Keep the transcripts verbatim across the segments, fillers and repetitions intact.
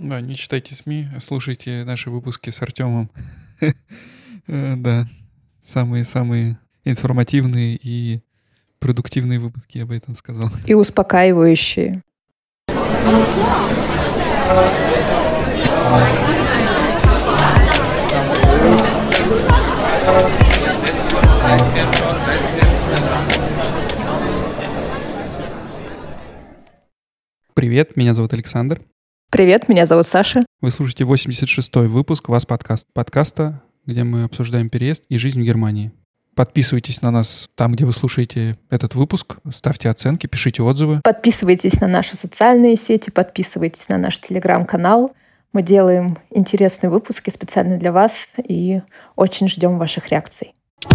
Да, не читайте СМИ, слушайте наши выпуски с Артемом. Да, самые-самые информативные и продуктивные выпуски, я бы это сказал. И успокаивающие. Привет, меня зовут Александр. Привет, меня зовут Саша. Вы слушаете восемьдесят шестой выпуск «Вас подкаст». Подкаста, где мы обсуждаем переезд и жизнь в Германии. Подписывайтесь на нас там, где вы слушаете этот выпуск, ставьте оценки, пишите отзывы. Подписывайтесь на наши социальные сети, подписывайтесь на наш телеграм-канал. Мы делаем интересные выпуски специально для вас и очень ждем ваших реакций.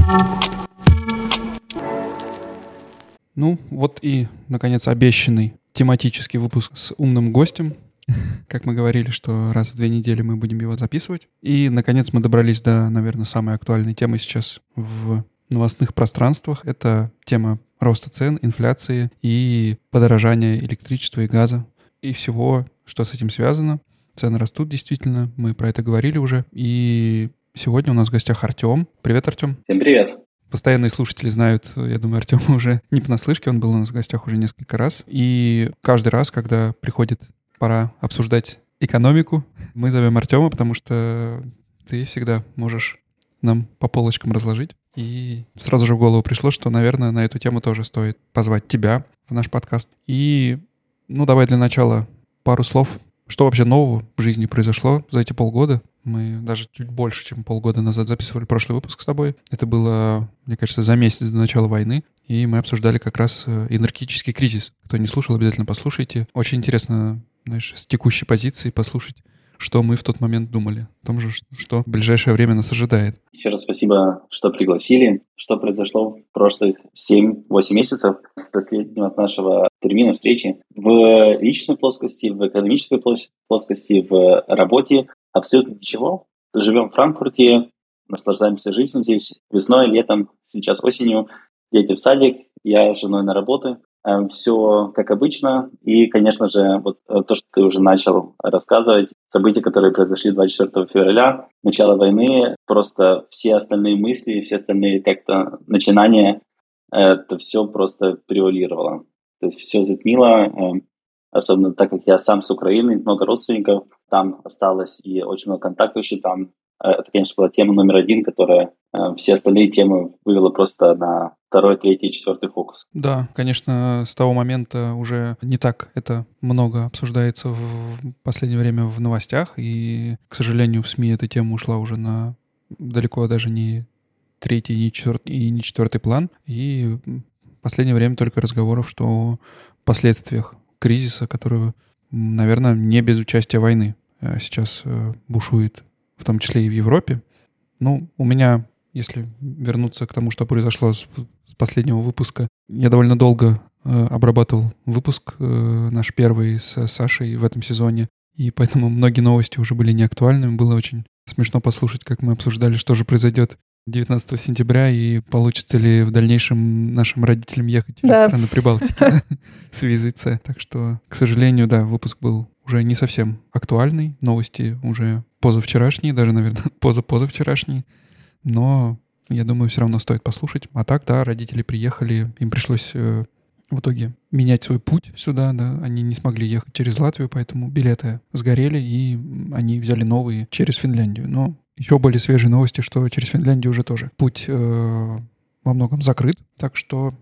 Ну, вот и, наконец, обещанный тематический выпуск с умным гостем. Как мы говорили, что раз в две недели мы будем его записывать. И, наконец, мы добрались до, наверное, самой актуальной темы сейчас в новостных пространствах. Это тема роста цен, инфляции и подорожания электричества и газа. И всего, что с этим связано. Цены растут, действительно. Мы про это говорили уже. И сегодня у нас в гостях Артем. Привет, Артем. Всем привет. Постоянные слушатели знают, я думаю, Артема уже не понаслышке, он был у нас в гостях уже несколько раз. И каждый раз, когда приходит пора обсуждать экономику, мы зовем Артема, потому что ты всегда можешь нам по полочкам разложить. И сразу же в голову пришло, что, наверное, на эту тему тоже стоит позвать тебя в наш подкаст. И, ну, давай для начала пару слов. Что вообще нового в жизни произошло за эти полгода? Мы даже чуть больше, чем полгода назад записывали прошлый выпуск с тобой. Это было, мне кажется, за месяц до начала войны. И мы обсуждали как раз энергетический кризис. Кто не слушал, обязательно послушайте. Очень интересно, знаешь, с текущей позиции послушать, что мы в тот момент думали. О том же, что в ближайшее время нас ожидает. Еще раз спасибо, что пригласили. Что произошло в прошлых семь-восемь месяцев с последнего нашего термина встречи. В личной плоскости, в экономической плоскости, в работе абсолютно ничего. Живем в Франкфурте, наслаждаемся жизнью здесь. Весной, летом, сейчас осенью. Дети в садик, я с женой на работу. Все как обычно. И, конечно же, вот то, что ты уже начал рассказывать, события, которые произошли двадцать четвёртого февраля, начало войны, просто все остальные мысли, все остальные как-то начинания, это все просто превалировало. То есть все затмило, особенно так как я сам с Украины, много родственников там осталось и очень много контактов еще там. Это, конечно, была тема номер один, которая все остальные темы вывела просто на второй, третий, четвертый фокус. Да, конечно, с того момента уже не так это много обсуждается в последнее время в новостях, и, к сожалению, в СМИ эта тема ушла уже на далеко даже не третий, не четвертый, и не четвертый план. И в последнее время только разговоров, что о последствиях кризиса, которого, наверное, не без участия войны сейчас бушует, в том числе и в Европе. Ну, у меня, если вернуться к тому, что произошло с, с последнего выпуска, я довольно долго э, обрабатывал выпуск э, наш первый с Сашей в этом сезоне, и поэтому многие новости уже были неактуальными. Было очень смешно послушать, как мы обсуждали, что же произойдет девятнадцатого сентября и получится ли в дальнейшем нашим родителям ехать через Да. страны Прибалтики с визой С. Так что, к сожалению, да, выпуск был уже не совсем актуальный. Новости уже позавчерашние, даже, наверное, позапозавчерашние. Но, я думаю, все равно стоит послушать. А так, да, родители приехали, им пришлось э, в итоге менять свой путь сюда, да. Они не смогли ехать через Латвию, поэтому билеты сгорели, и они взяли новые через Финляндию. Но еще более свежие новости, что через Финляндию уже тоже путь э, во многом закрыт. Так что...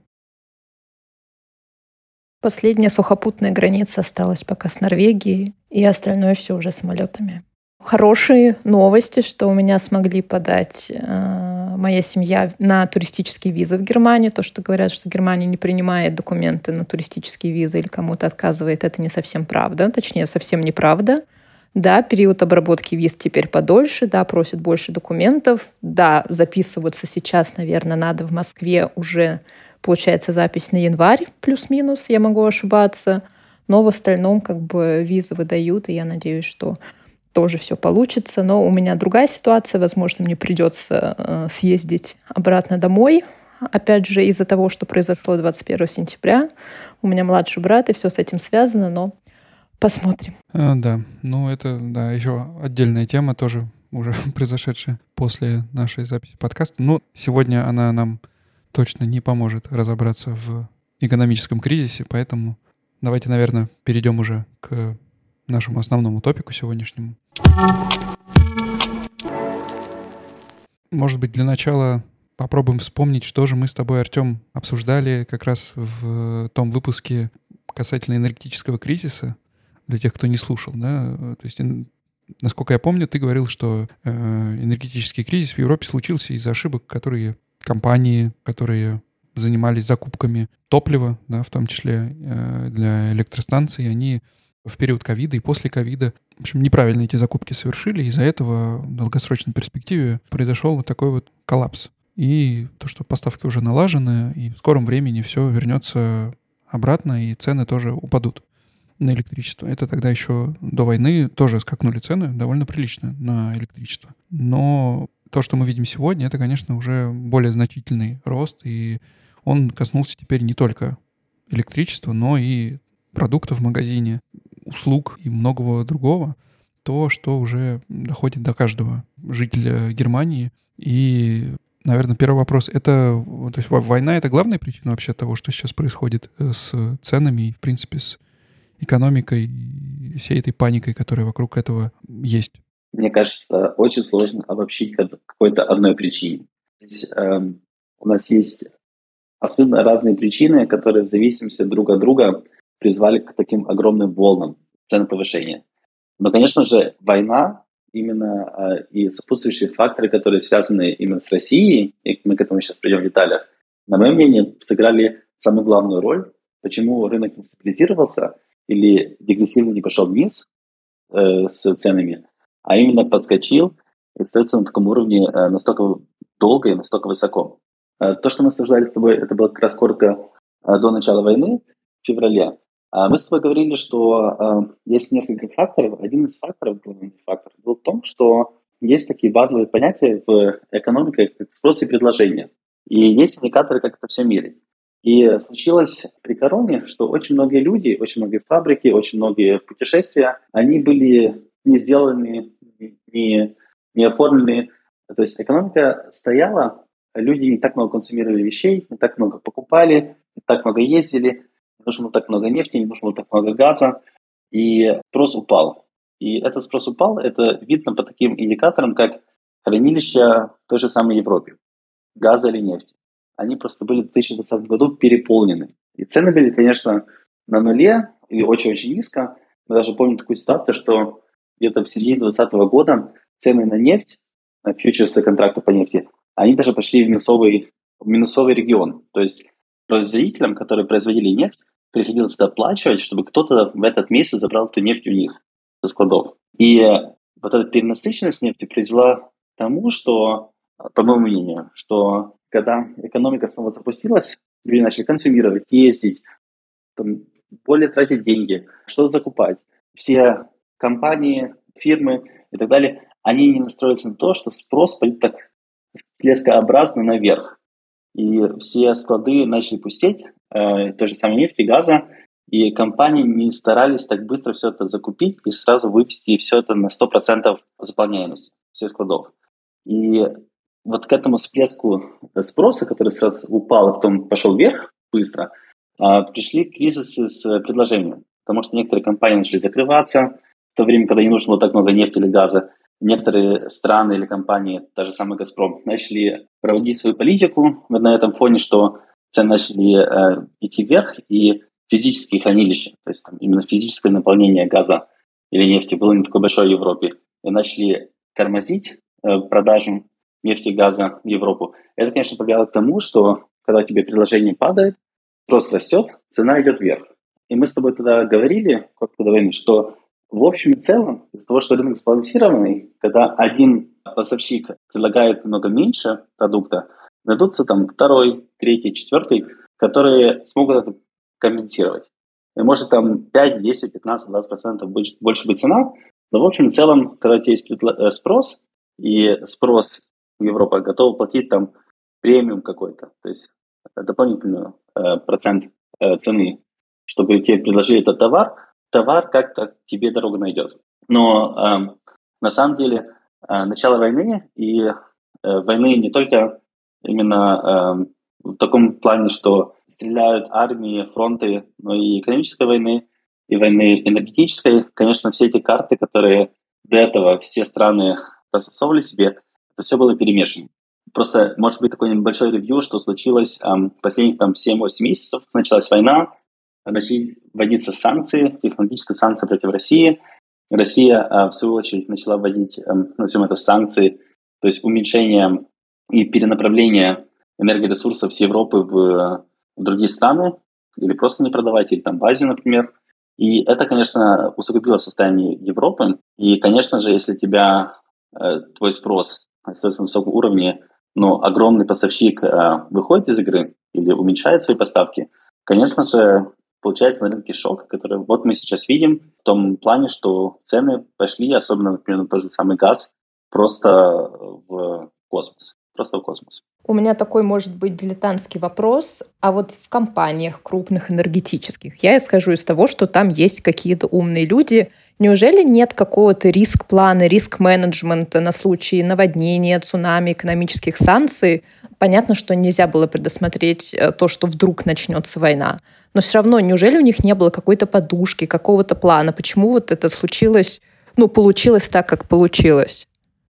Последняя сухопутная граница осталась пока с Норвегией, и остальное все уже самолетами. Хорошие новости, что у меня смогли подать э, моя семья на туристические визы в Германию. То, что говорят, что Германия не принимает документы на туристические визы или кому-то отказывает, это не совсем правда. Точнее, совсем неправда. Да, период обработки виз теперь подольше, да, просят больше документов. Да, записываться сейчас, наверное, надо в Москве уже, получается, запись на январь плюс-минус, я могу ошибаться. Но в остальном как бы визы выдают, и я надеюсь, что тоже все получится. Но у меня другая ситуация. Возможно, мне придется э, съездить обратно домой. Опять же, из-за того, что произошло двадцать первого сентября. У меня младший брат, и все с этим связано. Но Посмотрим. А, да, ну это, да, еще отдельная тема, тоже уже произошедшая после нашей записи подкаста. Но сегодня она нам точно не поможет разобраться в экономическом кризисе, поэтому давайте, наверное, перейдем уже к нашему основному топику сегодняшнему. Может быть, для начала попробуем вспомнить, что же мы с тобой, Артем, обсуждали как раз в том выпуске касательно энергетического кризиса, для тех, кто не слушал, да. То есть, насколько я помню, ты говорил, что э, энергетический кризис в Европе случился из-за ошибок, которые компании, которые занимались закупками топлива, да, в том числе э, для электростанций, они в период ковида и после ковида, в общем, неправильно эти закупки совершили, из-за этого в долгосрочной перспективе произошел вот такой вот коллапс. И то, что поставки уже налажены, и в скором времени все вернется обратно, и цены тоже упадут на электричество. Это тогда еще до войны тоже скакнули цены довольно прилично на электричество. Но то, что мы видим сегодня, это, конечно, уже более значительный рост, и он коснулся теперь не только электричества, но и продуктов в магазине, услуг и многого другого. То, что уже доходит до каждого жителя Германии. И, наверное, первый вопрос — это, то есть война — это главная причина вообще того, что сейчас происходит с ценами и, в принципе, с экономикой и всей этой паникой, которая вокруг этого есть? Мне кажется, очень сложно обобщить какой-то одной причине. Здесь, эм, у нас есть абсолютно разные причины, которые в зависимости друг от друга призвали к таким огромным волнам ценоповышения. Но, конечно же, война именно э, и сопутствующие факторы, которые связаны именно с Россией, и мы к этому сейчас придем в деталях, на мое мнение, сыграли самую главную роль, почему рынок не стабилизировался или дегрессивно не пошел вниз э, с ценами, а именно подскочил и остается на таком уровне э, настолько долго и настолько высоко. Э, то, что мы обсуждали с тобой, это было как раз коротко э, до начала войны, в феврале. А мы с тобой говорили, что э, есть несколько факторов. Один из факторов, главный фактор, был в том, что есть такие базовые понятия в экономике, как спрос и предложение. И есть индикаторы, как это все мерить. И случилось при короне, что очень многие люди, очень многие фабрики, очень многие путешествия, они были не сделаны, не, не оформлены. То есть экономика стояла, люди не так много консумировали вещей, не так много покупали, не так много ездили, не нужно было так много нефти, не нужно было так много газа, и спрос упал. И этот спрос упал, это видно по таким индикаторам, как хранилища в той же самой Европе, газа или нефти. Они просто были в две тысячи двадцатом году переполнены. И цены были, конечно, на нуле или очень-очень низко. Мы даже помним такую ситуацию, что где-то в середине двадцатого года цены на нефть, на фьючерсы контракты по нефти, они даже пошли в минусовый, в минусовый регион. То есть производителям, которые производили нефть, приходилось доплачивать, чтобы кто-то в этот месяц забрал эту нефть у них со складов. И вот эта перенасыщенность нефти привела к тому, что, по моему мнению, что когда экономика снова запустилась, люди начали консумировать, ездить, там, более тратить деньги, что-то закупать. Все компании, фирмы и так далее, они не настроились на то, что спрос пойдет так плескообразно наверх. И все склады начали пустеть, э, той же самой нефти, газа, и компании не старались так быстро все это закупить и сразу вывести все это на сто процентов заполняемость всех складов. И вот к этому всплеску спроса, который сразу упал, а потом пошел вверх быстро, пришли кризисы с предложением. Потому что некоторые компании начали закрываться в то время, когда не нужно было так много нефти или газа. Некоторые страны или компании, та же самая «Газпром», начали проводить свою политику на этом фоне, что цены начали э, идти вверх, и физические хранилища, то есть там, именно физическое наполнение газа или нефти было не такое большое в Европе, и начали тормозить э, продажу нефти и газа в Европу. Это, конечно, повлияло к тому, что когда тебе предложение падает, спрос растет, цена идет вверх. И мы с тобой тогда говорили, как до войны, что в общем и целом, из-за того, что рынок сбалансированный, когда один поставщик предлагает много меньше продукта, найдутся там второй, третий, четвертый, которые смогут это компенсировать. И может там пять, десять, пятнадцать, двадцать процентов больше быть цена, но в общем и целом, когда у тебя есть спрос, и спрос Европа готова платить там премиум какой-то, то есть дополнительный э, процент э, цены, чтобы тебе предложили этот товар, товар как-то тебе дорогу найдет. Но э, на самом деле э, начало войны и э, войны не только именно э, в таком плане, что стреляют армии, фронты, но и экономической войны, и войны энергетической. Конечно, все эти карты, которые до этого все страны рассосовывали себе, это все было перемешано. Просто, может быть, такой небольшой ревью, что случилось эм, последних там семь-восемь месяцев, началась война, начали вводиться санкции, технологические санкции против России. Россия, э, в свою очередь, начала вводить, э, назовем это, санкции, то есть уменьшение и перенаправление энергоресурсов с Европы в, в другие страны, или просто не продавать, или там в Азию, например. И это, конечно, усугубило состояние Европы. И, конечно же, если тебя э, твой спрос остается на высоком уровне, но огромный поставщик э, выходит из игры или уменьшает свои поставки, конечно же, получается на рынке шок, который вот мы сейчас видим в том плане, что цены пошли, особенно, например, на тот же самый газ, просто в космос. Просто в космос. У меня такой, может быть, дилетантский вопрос. А вот в компаниях крупных энергетических, я исхожу из того, что там есть какие-то умные люди. Неужели нет какого-то риск-плана, риск-менеджмента на случай наводнения, цунами, экономических санкций? Понятно, что нельзя было предусмотреть то, что вдруг начнется война. Но все равно, неужели у них не было какой-то подушки, какого-то плана? Почему вот это случилось, ну, получилось так, как получилось?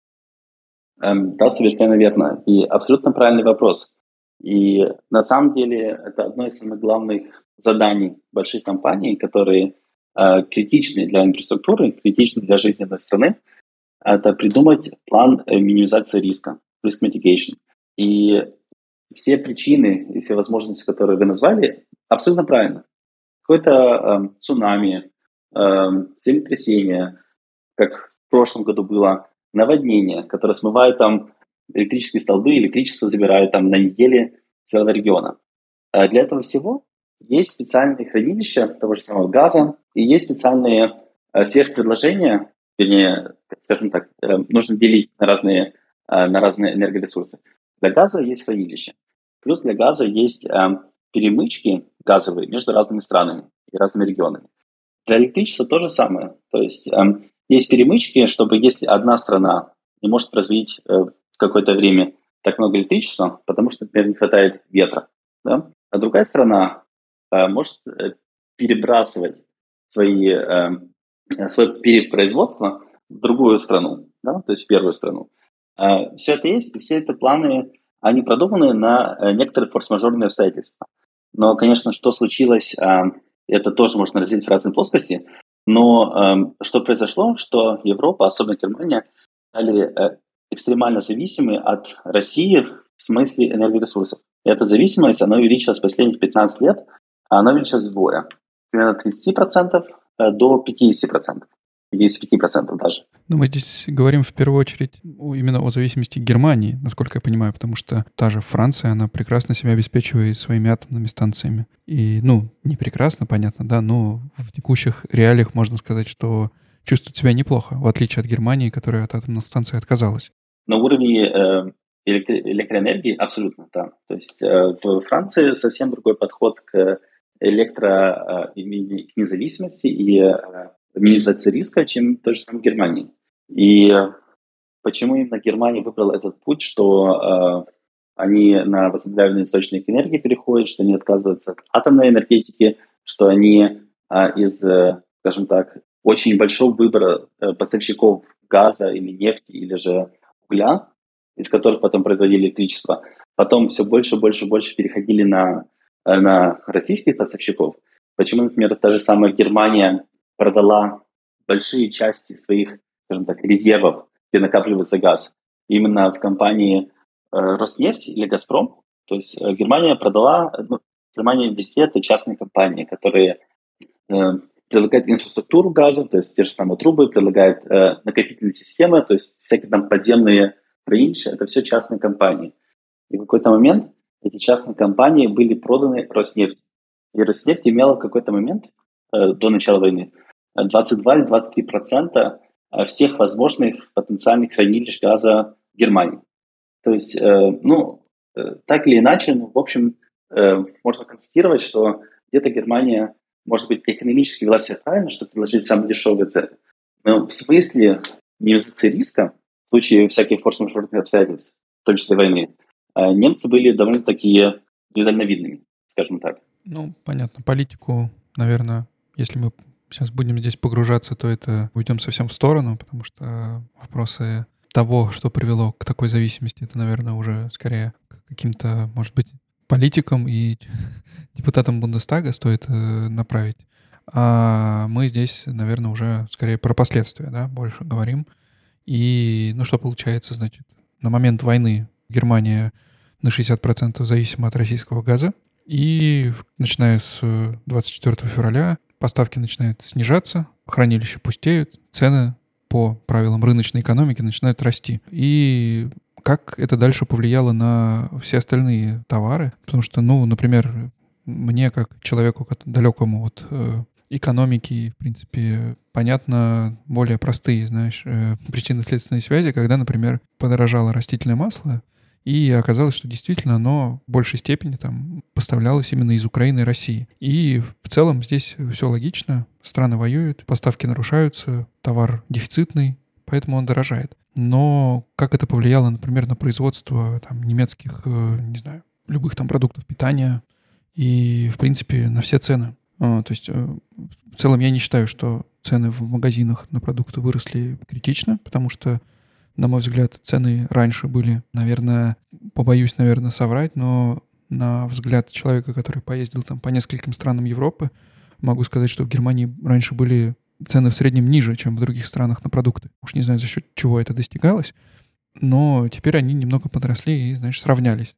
Да, совершенно верно. И абсолютно правильный вопрос. И на самом деле это одно из самых главных заданий больших компаний, которые э, критичны для инфраструктуры, критичны для жизни одной страны. Это придумать план минимизации риска, risk mitigation. И все причины и все возможности, которые вы назвали, абсолютно правильно. Какое-то э, цунами, э, землетрясение, как в прошлом году было, наводнение, которое смывает там электрические столбы, электричество забирает там на неделе целого региона. А для этого всего есть специальные хранилища того же самого газа, и есть специальные э, сверхпредложения, вернее, скажем так, э, нужно делить на разные, э, на разные энергоресурсы. Для газа есть хранилище. Плюс для газа есть э, перемычки газовые между разными странами и разными регионами. Для электричества то же самое. То есть э, есть перемычки, чтобы если одна страна не может производить э, в какое-то время так много электричества, потому что, например, не хватает ветра, да? А другая страна э, может э, перебрасывать свои, э, свое перепроизводство в другую страну, да? То есть в первую страну. Э, все это есть, и все эти планы, они продуманы на э, некоторые форс-мажорные обстоятельства. Но, конечно, что случилось, э, это тоже можно разделить в разные плоскости. Но э, что произошло, что Европа, особенно Германия, стали э, экстремально зависимы от России в смысле энергоресурсов. И эта зависимость, она увеличилась в последних пятнадцать лет, а она увеличилась вдвое. Примерно от тридцати процентов э, до пятидесяти процентов. пятьдесят пять процентов даже. Ну, мы здесь говорим в первую очередь именно о зависимости Германии, насколько я понимаю, потому что та же Франция, она прекрасно себя обеспечивает своими атомными станциями. И, ну, не прекрасно, понятно, да, но в текущих реалиях можно сказать, что чувствует себя неплохо, в отличие от Германии, которая от атомных станций отказалась. На уровне э, электро- электроэнергии абсолютно, да. То есть э, в Франции совсем другой подход к электро- э, к независимости и э, минимизации риска, чем в той же самой Германии. И почему именно Германия выбрала этот путь, что э, они на возобновляемые источники энергии переходят, что они отказываются от атомной энергетики, что они э, из, э, скажем так, очень большого выбора э, поставщиков газа или нефти, или же угля, из которых потом производили электричество, потом все больше, больше, больше переходили на, на российских поставщиков. Почему, например, та же самая Германия продала большие части своих, скажем так, резервов, где накапливается газ, именно в компании э, Роснефть или Газпром. То есть э, Германия продала, ну, Германия везде это частные компании, которые э, предлагают инфраструктуру газа, то есть те же самые трубы, предлагают э, накопительные системы, то есть всякие там подземные хранилища, это все частные компании. И в какой-то момент эти частные компании были проданы Роснефти. И Роснефть имела в какой-то момент э, до начала войны двадцать два или двадцать три процента всех возможных потенциальных хранилищ газа в Германии. То есть, э, ну, э, так или иначе, ну, в общем, э, можно констатировать, что где-то Германия может быть, экономически вела себя правильно, чтобы предложить самые дешевые цены. Но в смысле минимизации риска, в случае всяких форс-мажорных обстоятельств, в том числе войны, немцы были довольно-таки недальновидными, скажем так. Ну, понятно. Политику, наверное, если мы сейчас будем здесь погружаться, то это уйдем совсем в сторону, потому что вопросы того, что привело к такой зависимости, это, наверное, уже скорее к каким-то, может быть, политикам и депутатам Бундестага стоит направить. А мы здесь, наверное, уже скорее про последствия, да, больше говорим. И, ну, что получается, значит, на момент войны Германия на шестьдесят процентов зависима от российского газа, и начиная с двадцать четвёртого февраля поставки начинают снижаться, хранилища пустеют, цены по правилам рыночной экономики начинают расти. И как это дальше повлияло на все остальные товары? Потому что, ну, например, мне, как человеку далекому от э, экономики, в принципе, понятно более простые, знаешь, э, причинно-следственные связи, когда, например, подорожало растительное масло, и оказалось, что действительно оно в большей степени там поставлялось именно из Украины и России. И в целом здесь все логично. Страны воюют, поставки нарушаются, товар дефицитный, поэтому он дорожает. Но как это повлияло, например, на производство там, немецких, не знаю, любых там продуктов питания и, в принципе, на все цены? А, то есть в целом я не считаю, что цены в магазинах на продукты выросли критично, потому что, на мой взгляд, цены раньше были, наверное, побоюсь, наверное, соврать, но на взгляд человека, который поездил там по нескольким странам Европы, могу сказать, что в Германии раньше были цены в среднем ниже, чем в других странах на продукты. Уж не знаю, за счет чего это достигалось, но теперь они немного подросли и, значит, сравнялись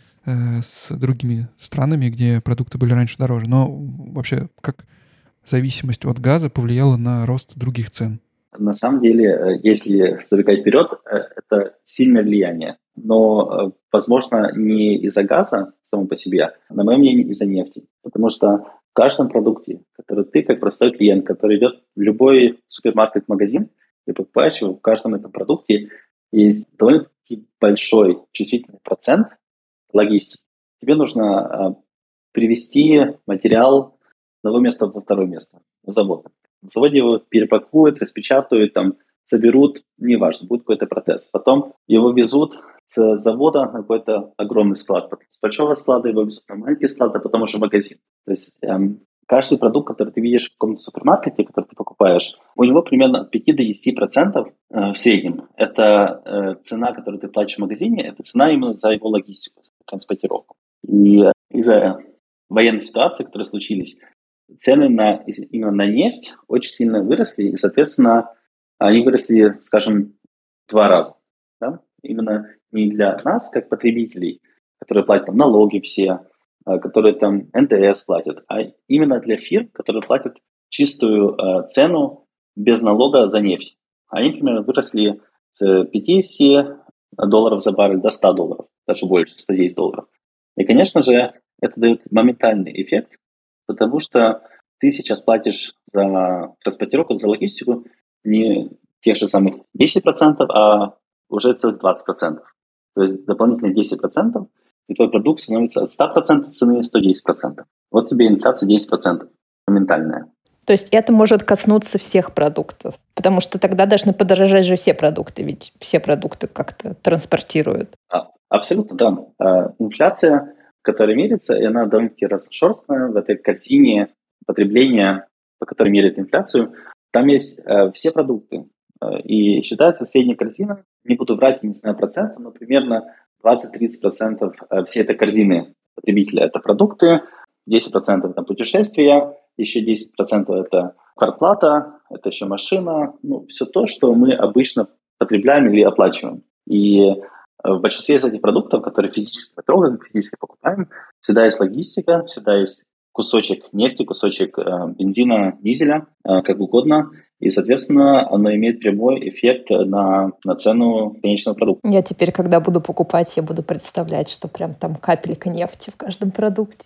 с другими странами, где продукты были раньше дороже. Но вообще, как зависимость от газа повлияла на рост других цен? На самом деле, если забегать вперед, это сильное влияние. Но, возможно, не из-за газа само по себе, а, на мое мнение, из-за нефти. Потому что в каждом продукте, который ты, как простой клиент, который идет в любой супермаркет-магазин и покупаешь его, в каждом этом продукте есть довольно-таки большой чувствительный процент логистики. Тебе нужно привезти материал с одного места во второе место, в завод. В заводе его перепакуют, распечатают, там, соберут, неважно, будет какой-то процесс. Потом его везут с завода на какой-то огромный склад. Потом с большого склада его везут на маленький склад, а потом уже в магазин. То есть эм, каждый продукт, который ты видишь в каком-то супермаркете, который ты покупаешь, у него примерно от пяти до десяти процентов э, в среднем. Это э, цена, которую ты платишь в магазине, это цена именно за его логистику, за транспортировку. И э, из-за военной ситуации, которые случились, цены на, именно на нефть очень сильно выросли, и, соответственно, они выросли, скажем, в два раза. Да? Именно не для нас, как потребителей, которые платят там, налоги все, которые там эн тэ эс платят, а именно для фирм, которые платят чистую э, цену без налога за нефть. Они, примерно, выросли с пятидесяти долларов за баррель до ста долларов, даже больше, сто десять долларов. И, конечно же, это дает моментальный эффект, потому что ты сейчас платишь за транспортировку, за логистику не тех же самых десять процентов, а уже целых двадцать процентов. То есть дополнительные десять процентов, и твой продукт становится от ста процентов цены сто десять процентов. Вот тебе инфляция десять процентов, моментальная. То есть это может коснуться всех продуктов, потому что тогда должны подорожать же все продукты, ведь все продукты как-то транспортируют. А, абсолютно, да. А, инфляция, которая меряется, и она довольно-таки разношерстная в этой картине потребления, по которой меряют инфляцию. Там есть э, все продукты. Э, и считается средняя картина, не буду врать, не знаю процентов, но примерно двадцать-тридцать процентов всей этой корзины потребителя – это продукты, десять процентов – это путешествия, еще десять процентов – это квартплата, это еще машина, ну, все то, что мы обычно потребляем или оплачиваем. И в большинстве из этих продуктов, которые физически мы трогаем, физически покупаем, всегда есть логистика, всегда есть кусочек нефти, кусочек э, бензина, дизеля, э, как угодно. И, соответственно, оно имеет прямой эффект на, на цену конечного продукта. Я теперь, когда буду покупать, я буду представлять, что прям там капелька нефти в каждом продукте.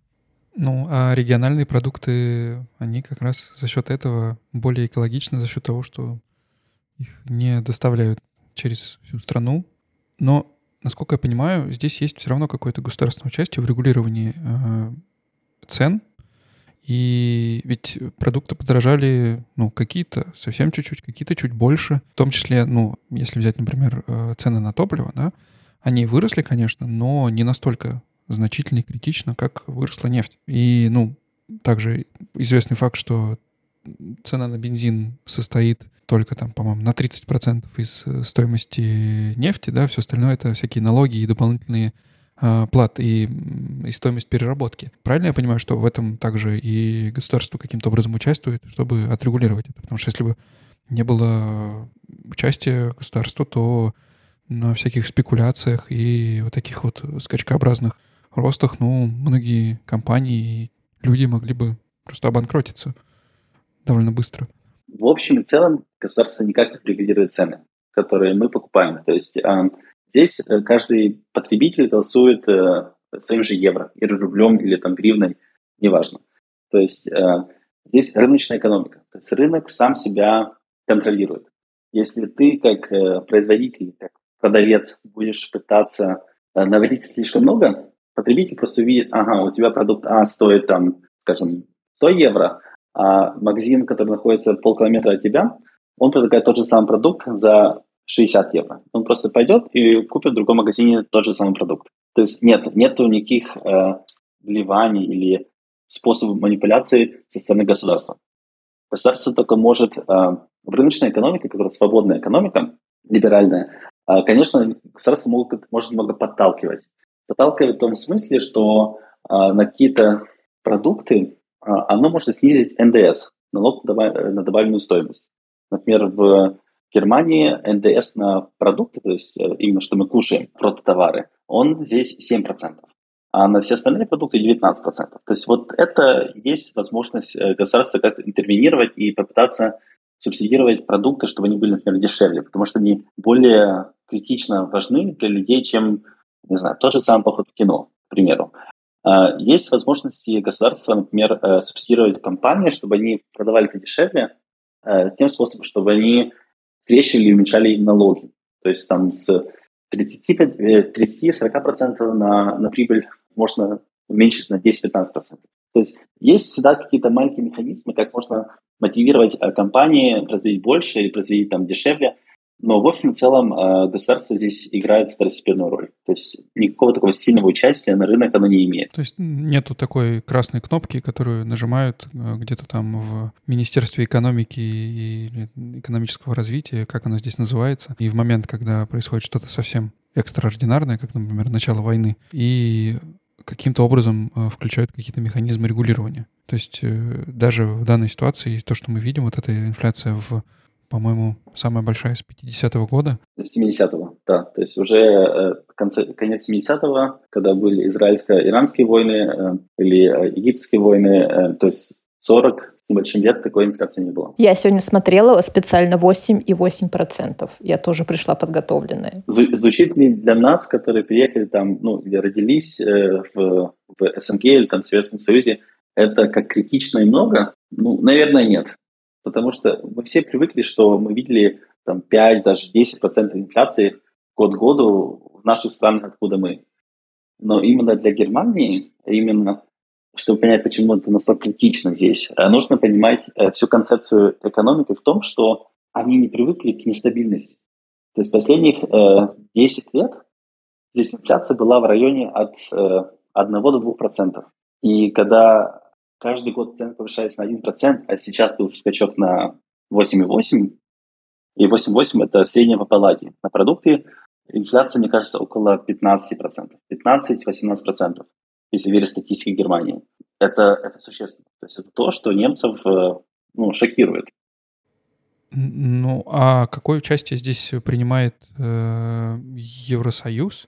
Ну, а региональные продукты, они как раз за счет этого более экологичны, за счет того, что их не доставляют через всю страну. Но, насколько я понимаю, здесь есть все равно какое-то государственное участие в регулировании э, цен. И ведь продукты подорожали, ну, какие-то совсем чуть-чуть, какие-то чуть больше. В том числе, ну, если взять, например, цены на топливо, да, они выросли, конечно, но не настолько значительно и критично, как выросла нефть. И, ну, также известный факт, что цена на бензин состоит только там, по-моему, на тридцать процентов из стоимости нефти, да, все остальное — это всякие налоги и дополнительные э, платы и, и стоимость переработки. Правильно я понимаю, что в этом также и государство каким-то образом участвует, чтобы отрегулировать это? Потому что если бы не было участия государства, то на всяких спекуляциях и вот таких вот скачкообразных ростах, ну, многие компании и люди могли бы просто обанкротиться довольно быстро. В общем и целом государство никак не регулирует цены, которые мы покупаем. То есть э, здесь каждый потребитель голосует э, своим же евро, или рублем, или там гривной, неважно. То есть э, здесь рыночная экономика. То есть рынок сам себя контролирует. Если ты как э, производитель, как продавец будешь пытаться э, наварить слишком много, потребитель просто увидит, ага, у тебя продукт А стоит там, скажем, сто евро, а магазин, который находится полкилометра от тебя, он предлагает тот же самый продукт за шестьдесят евро. Он просто пойдет и купит в другом магазине тот же самый продукт. То есть нет, нету никаких э, вливаний или способов манипуляции со стороны государства. Государство только может э, в рыночной экономике, которая свободная экономика, либеральная, э, конечно, государство может, может много подталкивать. Подталкивать в том смысле, что э, на какие-то продукты оно может снизить эн дэ эс, налог на добавленную стоимость. Например, в Германии эн дэ эс на продукты, то есть именно что мы кушаем, прототовары, он здесь семь процентов, а на все остальные продукты девятнадцать процентов. То есть вот это есть возможность государства как-то интервенировать и попытаться субсидировать продукты, чтобы они были, например, дешевле, потому что они более критично важны для людей, чем, не знаю, тот же самый поход в кино, к примеру. Есть возможности государства, например, субсидировать компании, чтобы они продавали это дешевле, тем способом, чтобы они срезали или уменьшали налоги. То есть там с тридцати-сорока процентов на, на прибыль можно уменьшить на десять-пятнадцать процентов. То есть есть всегда какие-то маленькие механизмы, как можно мотивировать компании производить больше или производить там дешевле. Но в общем и целом государство здесь играет второстепенную роль. То есть никакого такого сильного участия на рынок оно не имеет. То есть нету такой красной кнопки, которую нажимают где-то там в Министерстве экономики и экономического развития, как оно здесь называется, и в момент, когда происходит что-то совсем экстраординарное, как, например, начало войны, и каким-то образом включают какие-то механизмы регулирования. То есть даже в данной ситуации то, что мы видим, вот эта инфляция в, по-моему, самая большая с пятидесятого года. С семидесятого, да. То есть уже э, конце, конец семидесятого, когда были израильско-иранские войны э, или э, египетские войны, э, то есть сорок с небольшим лет такой инфляции не было. Я сегодня смотрела специально восемь и восемь процентов. Я тоже пришла подготовленная. Звучит ли для нас, которые приехали там, ну, или родились э, в, в эс эм гэ или там в Советском Союзе, это как критично и много? Ну, наверное, нет. Потому что мы все привыкли, что мы видели там пять, даже десять процентов инфляции год к году в наших странах, откуда мы. Но именно для Германии, именно чтобы понять, почему это настолько критично здесь, нужно понимать всю концепцию экономики в том, что они не привыкли к нестабильности. То есть последних десять лет здесь инфляция была в районе от одного до двух процентов. И когда каждый год цены повышается на один процент, а сейчас был скачок на восемь и восемь процентов, и восемь и восемь процентов это средняя по палате. На продукты инфляция, мне кажется, около пятнадцать процентов. пятнадцать-восемнадцать процентов, если верить статистике Германии. Это, это существенно. То есть это то, что немцев ну, шокирует. Ну, а какое участие здесь принимает э, Евросоюз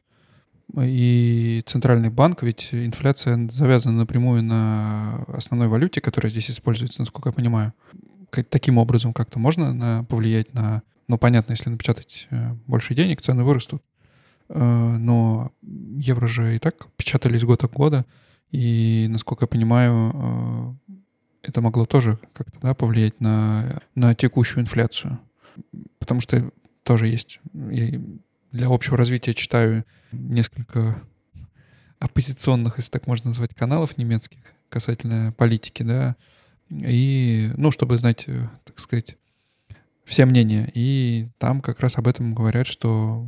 и Центральный банк? Ведь инфляция завязана напрямую на основной валюте, которая здесь используется, насколько я понимаю. Таким образом как-то можно на, повлиять на... Ну, понятно, если напечатать больше денег, цены вырастут. Но евро же и так печатались год от года. И, насколько я понимаю, это могло тоже как-то, да, повлиять на, на текущую инфляцию. Потому что тоже есть... Я для общего развития читаю несколько оппозиционных, если так можно назвать, каналов немецких. касательно политики, да, и, ну, чтобы знать, так сказать, все мнения. И там как раз об этом говорят, что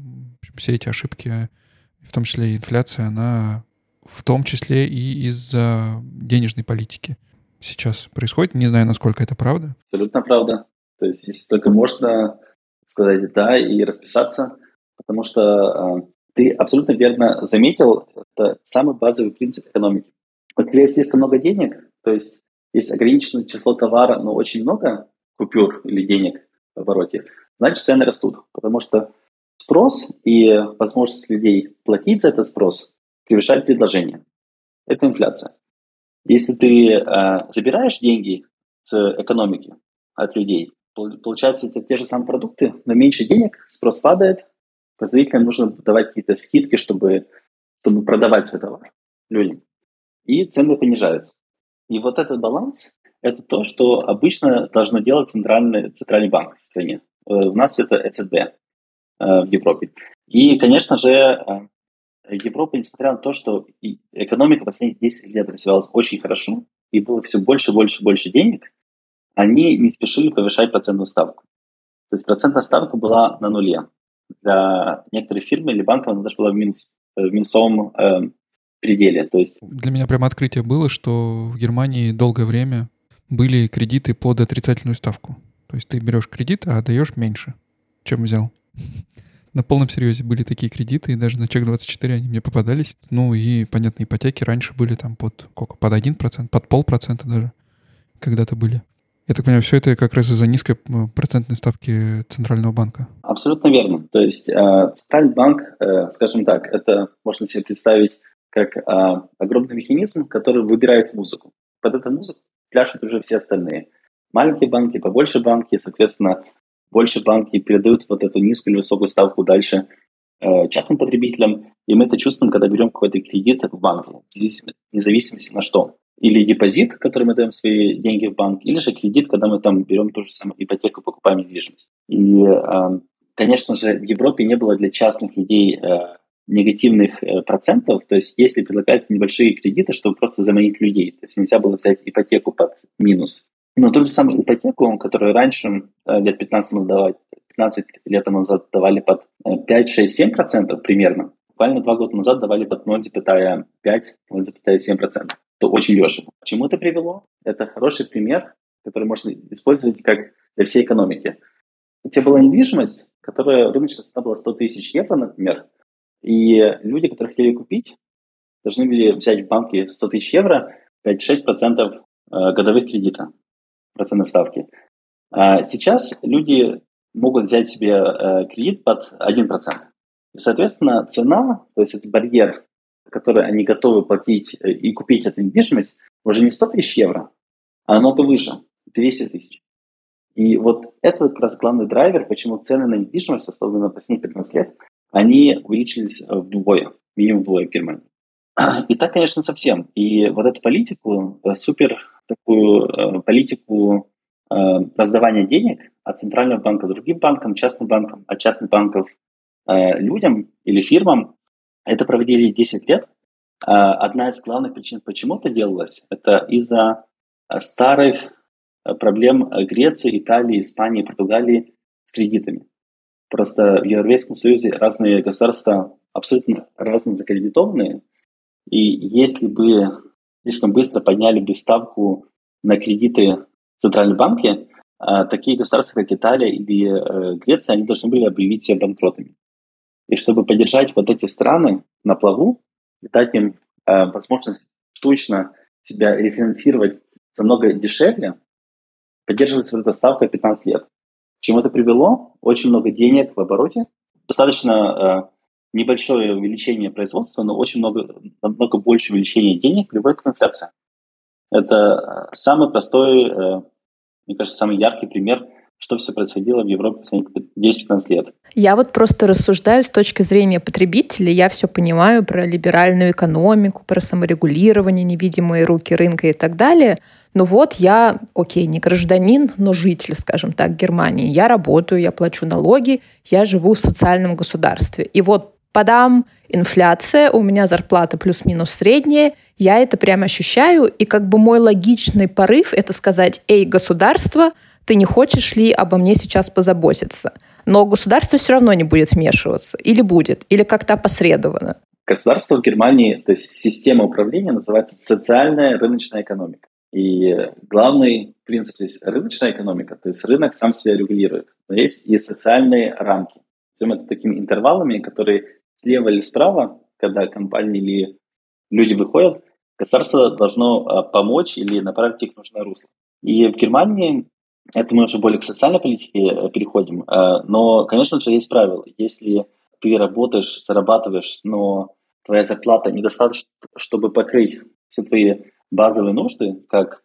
все эти ошибки, в том числе и инфляция, она в том числе и из-за денежной политики сейчас происходит. Не знаю, насколько это правда. Абсолютно правда. То есть здесь только можно сказать «да» и расписаться, потому что э, ты абсолютно верно заметил, это самый базовый принцип экономики. Вот когда есть слишком много денег, то есть есть ограниченное число товара, но очень много купюр или денег в обороте, значит цены растут, потому что спрос и возможность людей платить за этот спрос превышает предложение. Это инфляция. Если ты э, забираешь деньги с экономики от людей, получается, это те же самые продукты, но меньше денег, спрос падает, производителям нужно давать какие-то скидки, чтобы, чтобы продавать свой товар людям. И цены понижаются. И вот этот баланс – это то, что обычно должно делать центральный, центральный банк в стране. У нас это э цэ бэ в Европе. И, конечно же, Европа, несмотря на то, что экономика последние десять лет развивалась очень хорошо, и было все больше, больше, больше денег, они не спешили повышать процентную ставку. То есть процентная ставка была на нуле. Для некоторых фирм или банков она даже была в, минус, в минусовом э, пределе. То есть... Для меня прямо открытие было, что в Германии долгое время были кредиты под отрицательную ставку. То есть ты берешь кредит, а отдаешь меньше, чем взял. На полном серьезе были такие кредиты, и даже на чек двадцать четыре они мне попадались. Ну и, понятно, ипотеки раньше были там под сколько? Под один процент, под полпроцента даже когда-то были. Я так понимаю, все это как раз из-за низкой процентной ставки Центрального банка. Абсолютно верно. То есть э, Центральный банк, э, скажем так, это можно себе представить как э, огромный механизм, который выбирает музыку. Под эту музыку пляшут уже все остальные. Маленькие банки, побольше банки, соответственно, больше банки передают вот эту низкую или высокую ставку дальше э, частным потребителям. И мы это чувствуем, когда берем какой-то кредит в банке, вне зависимости на что. Или депозит, который мы даем свои деньги в банк, или же кредит, когда мы там берем ту же самую ипотеку, покупаем недвижимость. И, э, конечно же, в Европе не было для частных людей э, негативных э, процентов. То есть если предлагаются небольшие кредиты, чтобы просто заманить людей. То есть нельзя было взять ипотеку под минус. Но ту же самую ипотеку, которую раньше, лет пятнадцать, давали, пятнадцать лет назад давали под пять, шесть, семь процентов примерно, буквально два года назад давали под ноль целых пять - ноль целых семь процентов. Это очень дешево. К чему это привело? Это хороший пример, который можно использовать как для всей экономики. У тебя была недвижимость, которая рыночная цена была сто тысяч евро, например, и люди, которые хотели купить, должны были взять в банке сто тысяч евро, пять-шесть процентов годовых кредита. Процентной ставки. А сейчас люди могут взять себе э, кредит под один процент. И, соответственно, цена, то есть это барьер, который они готовы платить э, и купить эту недвижимость, уже не сто тысяч евро, а намного выше, двести тысяч. И вот это как раз главный драйвер, почему цены на недвижимость, особенно на последние пятнадцать лет, они увеличились вдвое, минимум вдвое в Германии. И так, конечно, совсем. И вот эту политику, супер такую э, политику э, раздавания денег от центрального банка другим банкам, частным банкам, от частных банков э, людям или фирмам, это проводили десять лет. Э, одна из главных причин, почему это делалось, это из-за старых проблем Греции, Италии, Испании, Португалии с кредитами. Просто в Европейском Союзе разные государства абсолютно разные закредитованные, и если бы слишком быстро подняли бы ставку на кредиты в Центральном банке, такие государства, как Италия или Греция, они должны были объявить себя банкротами. И чтобы поддержать вот эти страны на плаву, и дать им возможность штучно себя рефинансировать намного дешевле, поддерживается вот эта ставка пятнадцать лет. К чему это привело? Очень много денег в обороте, достаточно небольшое увеличение производства, но очень много, намного больше увеличения денег приводит к инфляции. Это самый простой, мне кажется, самый яркий пример, что все происходило в Европе последние десять-пятнадцать лет. Я вот просто рассуждаю с точки зрения потребителя. Я все понимаю про либеральную экономику, про саморегулирование, невидимые руки рынка и так далее. Но вот я, окей, не гражданин, но житель, скажем так, Германии. Я работаю, я плачу налоги, я живу в социальном государстве. И вот подам, инфляция, у меня зарплата плюс-минус средняя, я это прямо ощущаю, и как бы мой логичный порыв — это сказать: «Эй, государство, ты не хочешь ли обо мне сейчас позаботиться?» Но государство все равно не будет вмешиваться. Или будет, или как-то опосредованно. Государство в Германии, то есть система управления называется социальная рыночная экономика. И главный принцип здесь — рыночная экономика, то есть рынок сам себя регулирует. Но есть и социальные рамки. Назовем это такими интервалами, которые слева или справа, когда компании или люди выходят, государство должно помочь или направить их в нужное русло. И в Германии, это мы уже более к социальной политике переходим, но, конечно же, есть правила. Если ты работаешь, зарабатываешь, но твоя зарплата недостаточно, чтобы покрыть все твои базовые нужды, как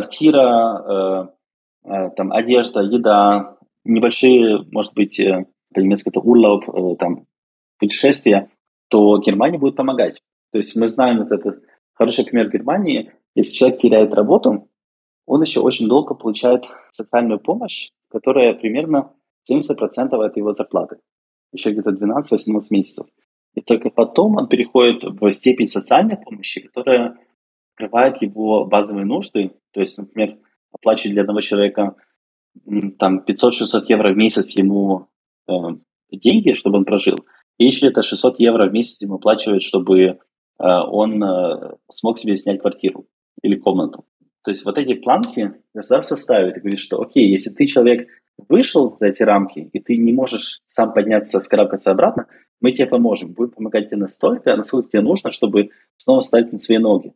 квартира, э, э, там, одежда, еда, небольшие, может быть, э, по-немецки это урлауп, э, там, путешествия, то Германия будет помогать. То есть мы знаем, вот этот хороший пример Германии, если человек теряет работу, он еще очень долго получает социальную помощь, которая примерно семьдесят процентов от его зарплаты. Еще где-то двенадцать-восемнадцать месяцев. И только потом он переходит в степень социальной помощи, которая покрывает его базовые нужды. То есть, например, оплачивать для одного человека там пятьсот-шестьсот евро в месяц ему э, деньги, чтобы он прожил. И еще это шестьсот евро в месяц ему оплачивают, чтобы э, он э, смог себе снять квартиру или комнату. То есть вот эти планки государство ставит и говорит, что окей, если ты человек вышел за эти рамки, и ты не можешь сам подняться, вскарабкаться обратно, мы тебе поможем. Будем помогать тебе настолько, насколько тебе нужно, чтобы снова встать на свои ноги.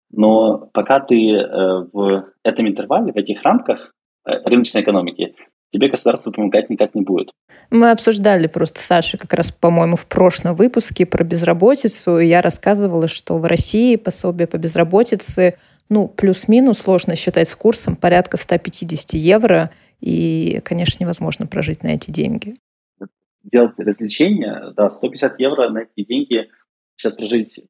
Но пока ты э, в этом интервале, в этих рамках э, рыночной экономики, тебе государство помогать никак не будет. Мы обсуждали просто с Сашей как раз, по-моему, в прошлом выпуске про безработицу, и я рассказывала, что в России пособие по безработице, ну, плюс-минус, сложно считать с курсом, порядка сто пятьдесят евро, и, конечно, невозможно прожить на эти деньги. Делать развлечения, да, сто пятьдесят евро на эти деньги сейчас прожить,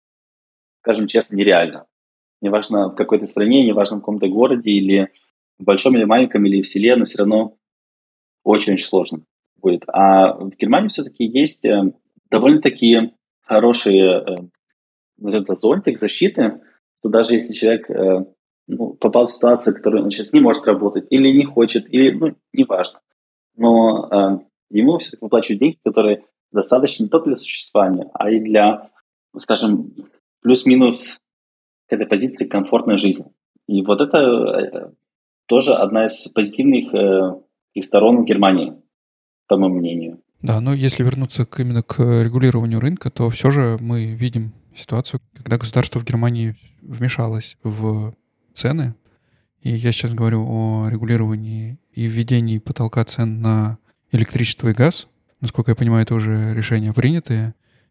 скажем честно, нереально. Неважно в какой-то стране, неважно в каком-то городе, или в большом или маленьком, или в селе, но все равно очень-очень сложно будет. А в Германии все-таки есть э, довольно-таки хорошие, э, вот это зонтик защиты, что даже если человек э, ну, попал в ситуацию, в которой он сейчас не может работать, или не хочет, или, ну, неважно, но э, ему все-таки выплачивают деньги, которые достаточно не только для существования, а и для, скажем, плюс-минус к этой позиции комфортной жизни. И вот это э, тоже одна из позитивных э, их сторон Германии, по моему мнению. Да, но если вернуться к, именно к регулированию рынка, то все же мы видим ситуацию, когда государство в Германии вмешалось в цены. И я сейчас говорю о регулировании и введении потолка цен на электричество и газ. Насколько я понимаю, это уже решения принятые.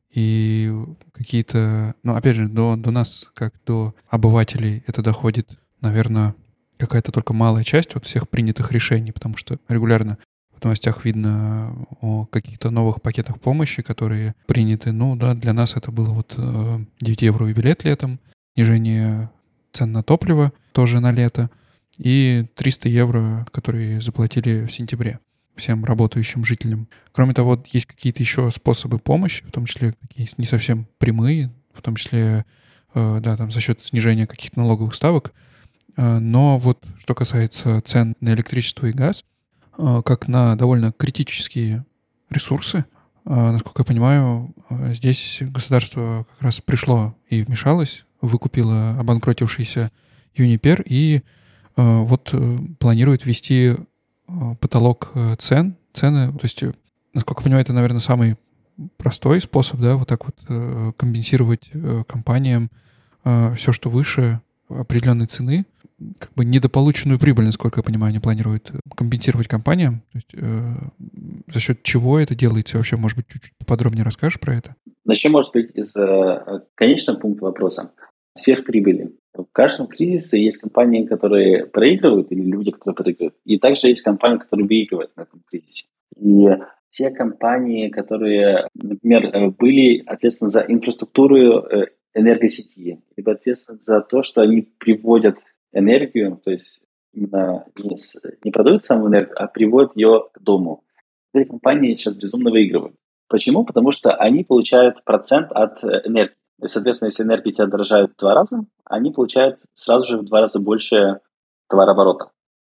И какие-то... Ну, опять же, до, до нас, как до обывателей, это доходит, наверное, какая-то только малая часть от всех принятых решений, потому что регулярно в новостях видно о каких-то новых пакетах помощи, которые приняты. Ну да, для нас это было вот девять евро билет летом, снижение цен на топливо тоже на лето и триста евро, которые заплатили в сентябре всем работающим жителям. Кроме того, есть какие-то еще способы помощи, в том числе какие не совсем прямые, в том числе да, там, за счет снижения каких-то налоговых ставок. Но вот что касается цен на электричество и газ, как на довольно критические ресурсы, насколько я понимаю, здесь государство как раз пришло и вмешалось, выкупило обанкротившийся Юнипер и вот планирует ввести потолок цен, цены, то есть, насколько я понимаю, это, наверное, самый простой способ, да, вот так вот компенсировать компаниям все, что выше определенной цены, как бы недополученную прибыль, насколько я понимаю, они планируют компенсировать компаниям. То есть, э, за счет чего это делается? Вообще, может быть, чуть-чуть поподробнее расскажешь про это? Начнем, может быть, из э, конечного пункта вопроса. Сверхприбыли. В каждом кризисе есть компании, которые проигрывают, или люди, которые проигрывают. И также есть компании, которые выигрывают на этом кризисе. И те компании, которые, например, были ответственны за инфраструктуру энергосети, либо ответственны за то, что они приводят энергию, то есть именно не, не продают саму энергию, а приводят ее к дому. Эти компании сейчас безумно выигрывают. Почему? Потому что они получают процент от энергии. И, соответственно, если энергия тебя дорожает в два раза, они получают сразу же в два раза больше товарооборота.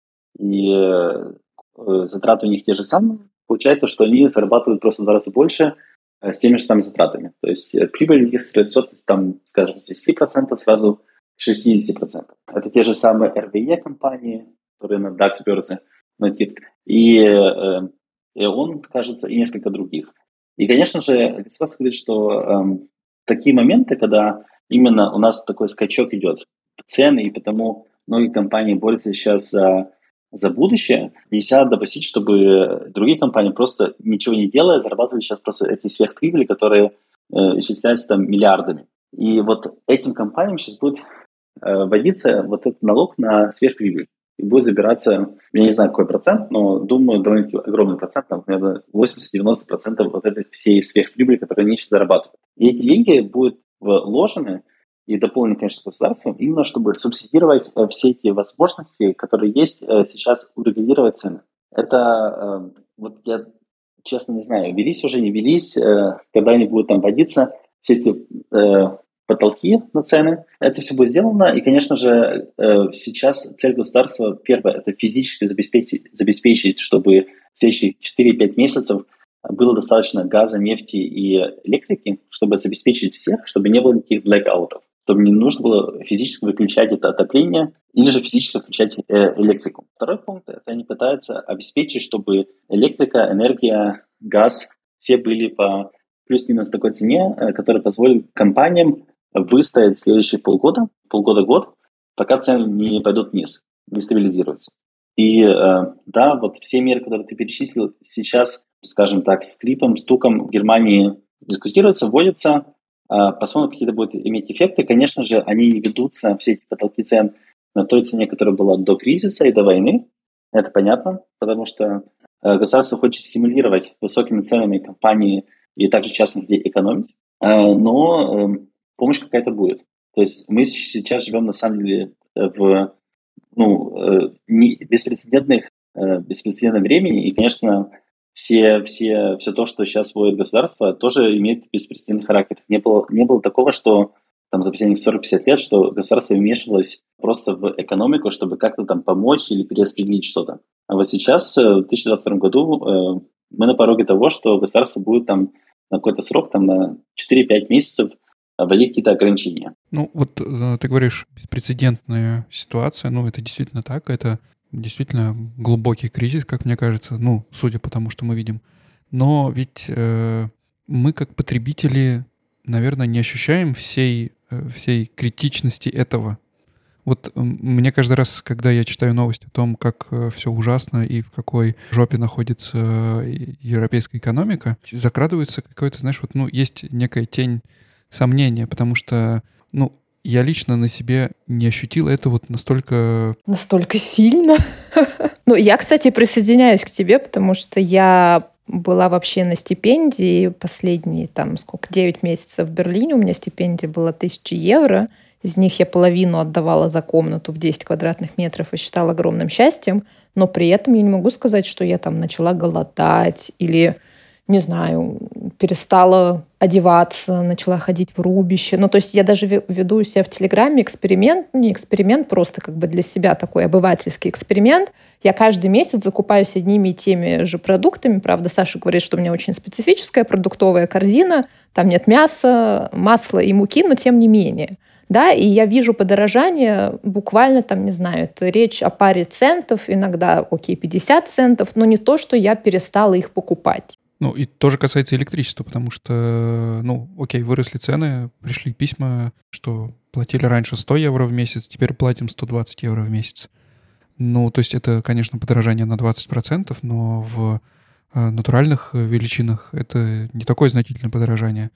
И э, затраты у них те же самые. Получается, что они зарабатывают просто в два раза больше э, с теми же самыми затратами. То есть э, прибыль у них растет, там, скажем, с десяти процентов сразу к шестидесяти процентам. Это те же самые эр ви и-компании, которые на дакс бирже, на ТИТ. И э, ЭОН, кажется, и несколько других. И, конечно же, государство говорит, что эм, такие моменты, когда именно у нас такой скачок идет в цены, и потому многие компании борются сейчас за, за будущее, нельзя допустить, чтобы другие компании просто ничего не делая зарабатывали сейчас просто эти сверхприбыли, которые э, исчисляются там миллиардами. И вот этим компаниям сейчас будет э, вводиться вот этот налог на сверхприбыль. И будет забираться, я не знаю, какой процент, но думаю, довольно-таки огромный процент, там, наверное, восемьдесят-девяносто процентов вот этой всей сверхприбыли, которую они сейчас зарабатывают. И эти деньги будут вложены и дополнены, конечно, государством, именно чтобы субсидировать э, все эти возможности, которые есть э, сейчас урегулировать цены. Это, э, вот я честно не знаю, велись уже, не велись, э, когда они будут там вводиться, все эти э, потолки на цены. Это все будет сделано, и, конечно же, э, сейчас цель государства, первое, это физически забеспечить, забеспечить чтобы в следующие четыре-пять месяцев было достаточно газа, нефти и электрики, чтобы обеспечить всех, чтобы не было никаких блэкаутов, чтобы не нужно было физически выключать это отопление или же физически включать э, электрику. Второй пункт – это они пытаются обеспечить, чтобы электрика, энергия, газ все были по плюс-минус такой цене, э, которая позволит компаниям выстоять следующие полгода, полгода-год, пока цены не пойдут вниз, не стабилизируются. И э, да, вот все меры, которые ты перечислил, сейчас, скажем так, с скрипом, стуком в Германии дискутируются, вводятся, э, посмотрим, какие это будут иметь эффекты. Конечно же, они не ведутся, все эти потолки цен, на той цене, которая была до кризиса и до войны. Это понятно, потому что э, государство хочет стимулировать высокими ценами компании и также частных людей экономить, э, но э, помощь какая-то будет. То есть мы сейчас живем, на самом деле, в ну, не, беспрецедентных, беспрецедентном времени, и, конечно, все, все, все то, что сейчас вводит государство, тоже имеет беспрецедентный характер. Не было, не было такого, что там, за последние сорок-пятьдесят лет, что государство вмешивалось просто в экономику, чтобы как-то там помочь или перераспределить что-то. А вот сейчас, в две тысячи двадцать втором году, мы на пороге того, что государство будет там на какой-то срок, там на четыре-пять месяцев вводить какие-то ограничения. Ну, вот ты говоришь, беспрецедентная ситуация, ну, это действительно так, это действительно глубокий кризис, как мне кажется, ну, судя по тому, что мы видим. Но ведь э, мы, как потребители, наверное, не ощущаем всей, э, всей критичности этого. Вот э, мне каждый раз, когда я читаю новость о том, как э, все ужасно и в какой жопе находится э, европейская экономика, закрадывается какой-то, знаешь, вот, ну, есть некая тень сомнения, потому что, ну, я лично на себе не ощутил это вот настолько... Настолько сильно? Ну, я, кстати, присоединяюсь к тебе, потому что я была вообще на стипендии последние, там, сколько, девять месяцев в Берлине. У меня стипендия была тысяча евро. Из них я половину отдавала за комнату в десять квадратных метров и считала огромным счастьем. Но при этом я не могу сказать, что я там начала голодать или... не знаю, перестала одеваться, начала ходить в рубище. Ну, то есть я даже веду у себя в Телеграме эксперимент, не эксперимент, просто как бы для себя такой обывательский эксперимент. Я каждый месяц закупаюсь одними и теми же продуктами. Правда, Саша говорит, что у меня очень специфическая продуктовая корзина. Там нет мяса, масла и муки, но тем не менее. Да, и я вижу подорожание буквально, там, не знаю, это речь о паре центов, иногда, окей, пятьдесят центов, но не то, что я перестала их покупать. Ну, и тоже касается электричества, потому что, ну, окей, выросли цены, пришли письма, что платили раньше сто евро в месяц, теперь платим сто двадцать евро в месяц. Ну, то есть это, конечно, подорожание на двадцать процентов, но в э, натуральных величинах это не такое значительное подорожание.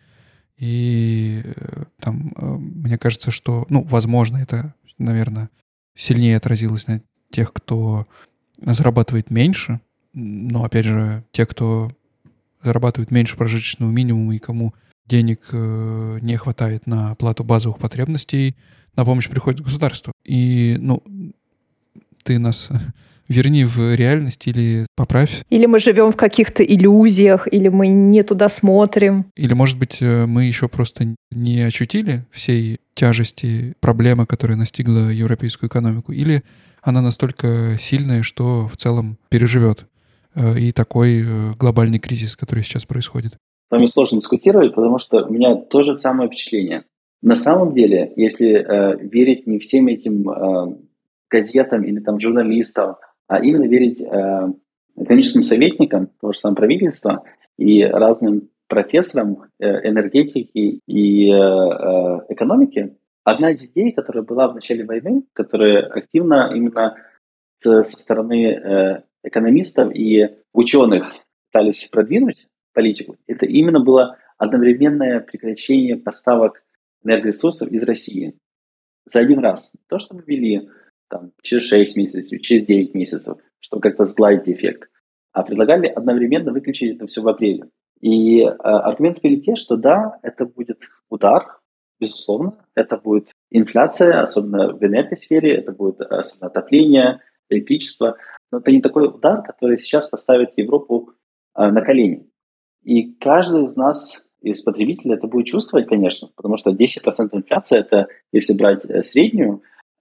И э, там, э, мне кажется, что, ну, возможно, это, наверное, сильнее отразилось на тех, кто зарабатывает меньше, но, опять же, те, кто зарабатывают меньше прожиточного минимума и кому денег э, не хватает на оплату базовых потребностей, на помощь приходит государство. И, ну, ты нас верни в реальность или поправь. Или мы живем в каких-то иллюзиях, или мы не туда смотрим. Или, может быть, мы еще просто не ощутили всей тяжести проблемы, которая настигла европейскую экономику, или она настолько сильная, что в целом переживет и такой глобальный кризис, который сейчас происходит. С вами сложно дискутировать, потому что у меня то же самое впечатление. На самом деле, если э, верить не всем этим э, газетам или там журналистам, а именно верить э, экономическим советникам того же самого правительства и разным профессорам э, энергетики и э, э, экономики, одна из идей, которая была в начале войны, которая активно именно с, со стороны э, экономистов и ученых пытались продвинуть политику, это именно было одновременное прекращение поставок энергоресурсов из России за один раз. То, что мы ввели там, через шесть месяцев, через девять месяцев, чтобы как-то сгладить эффект, а предлагали одновременно выключить это все в апреле. И э, аргументы были те, что да, это будет удар, безусловно, это будет инфляция, особенно в энергосфере, это будет особенно отопление, электричество, но это не такой удар, который сейчас поставит Европу э, на колени. И каждый из нас, из потребителей, это будет чувствовать, конечно, потому что десять процентов инфляции, это, если брать среднюю,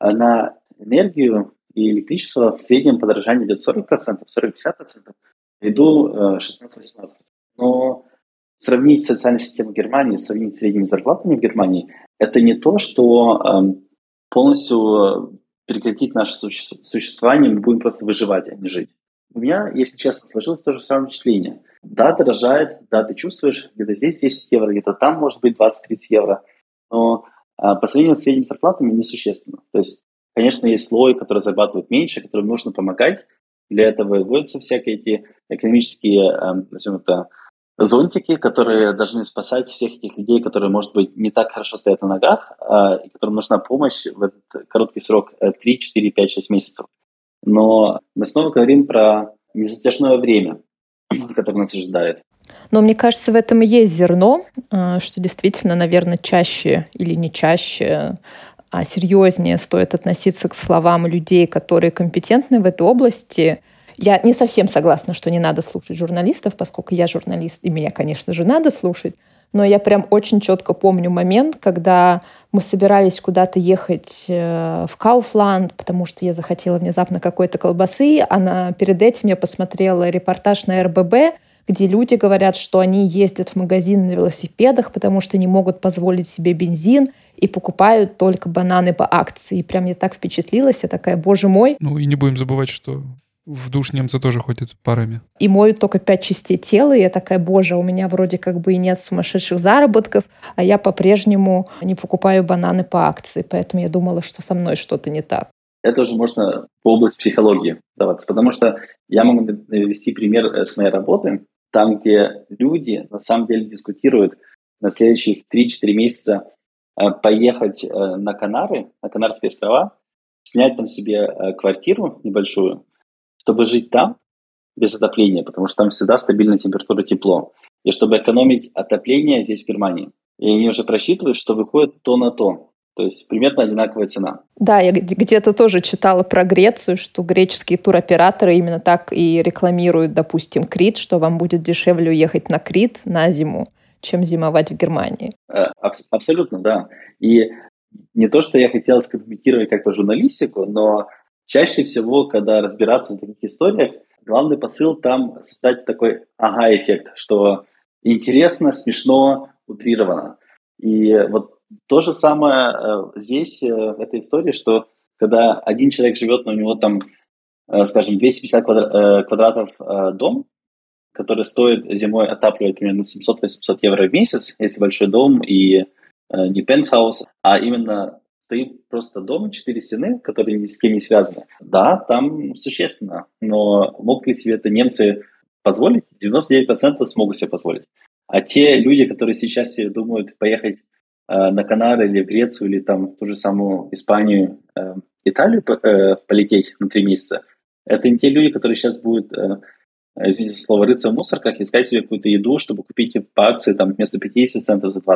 на энергию и электричество в среднем подорожание идет сорок процентов, сорок-пятьдесят процентов, в еду шестнадцать-восемнадцать процентов. Но сравнить социальную систему Германии, сравнить с средними зарплатами в Германии, это не то, что полностью прекратит наше существование, мы будем просто выживать, а не жить. У меня, если честно, сложилось то же самое впечатление. Да, дорожает, да, ты чувствуешь, где-то здесь десять евро, где-то там может быть двадцать-тридцать евро, но а, по сравнению с средними зарплатами несущественно. То есть, конечно, есть слой, который зарабатывает меньше, которым нужно помогать. Для этого вводятся всякие эти экономические, э, назовем это, зонтики, которые должны спасать всех этих людей, которые, может быть, не так хорошо стоят на ногах, э, и которым нужна помощь в этот короткий срок э, три, четыре, пять, шесть месяцев. Но мы снова говорим про незатяжное время, которое нас ожидает. Но мне кажется, в этом и есть зерно, что действительно, наверное, чаще или не чаще, а серьезнее стоит относиться к словам людей, которые компетентны в этой области. Я не совсем согласна, что не надо слушать журналистов, поскольку я журналист, и меня, конечно же, надо слушать. Но я прям очень четко помню момент, когда мы собирались куда-то ехать в Кауфланд, потому что я захотела внезапно какой-то колбасы, а на, перед этим я посмотрела репортаж на эр бэ бэ, где люди говорят, что они ездят в магазин на велосипедах, потому что не могут позволить себе бензин и покупают только бананы по акции. И прям я так впечатлилась, я такая, боже мой. Ну и не будем забывать, что в душ немцы тоже ходят парами. И моют только пять частей тела, и я такая, боже, у меня вроде как бы и нет сумасшедших заработков, а я по-прежнему не покупаю бананы по акции, поэтому я думала, что со мной что-то не так. Это уже можно в область психологии даваться, потому что я могу навести пример с моей работы, там, где люди на самом деле дискутируют на следующих три-четыре месяца поехать на Канары, на Канарские острова, снять там себе квартиру небольшую, чтобы жить там без отопления, потому что там всегда стабильная температура, тепло, и чтобы экономить отопление здесь, в Германии. И они уже просчитывают, что выходит то на то. То есть примерно одинаковая цена. Да, я где-то тоже читала про Грецию, что греческие туроператоры именно так и рекламируют, допустим, Крит, что вам будет дешевле уехать на Крит на зиму, чем зимовать в Германии. Аб- абсолютно, да. И не то, что я хотел скомментировать как-то журналистику, но чаще всего, когда разбираться в таких историях, главный посыл там создать такой ага-эффект, что интересно, смешно, утрировано. И вот то же самое э, здесь, э, в этой истории, что когда один человек живет, но у него там, э, скажем, двести пятьдесят квадра- э, квадратов э, дом, который стоит зимой отапливать примерно семьсот-восемьсот евро в месяц, если большой дом и э, не пентхаус, а именно стоит просто дом, четыре стены, которые ни с кем не связаны. Да, там существенно, но могут ли себе это немцы позволить? девяносто девять процентов смогут себе позволить. А те люди, которые сейчас себе думают поехать э, на Канары или в Грецию, или там в ту же самую Испанию, э, Италию э, полететь на три месяца, это не те люди, которые сейчас будут, э, извините за слово, рыться в мусорках, искать себе какую-то еду, чтобы купить по акции там, вместо пятьдесят центов за двадцать.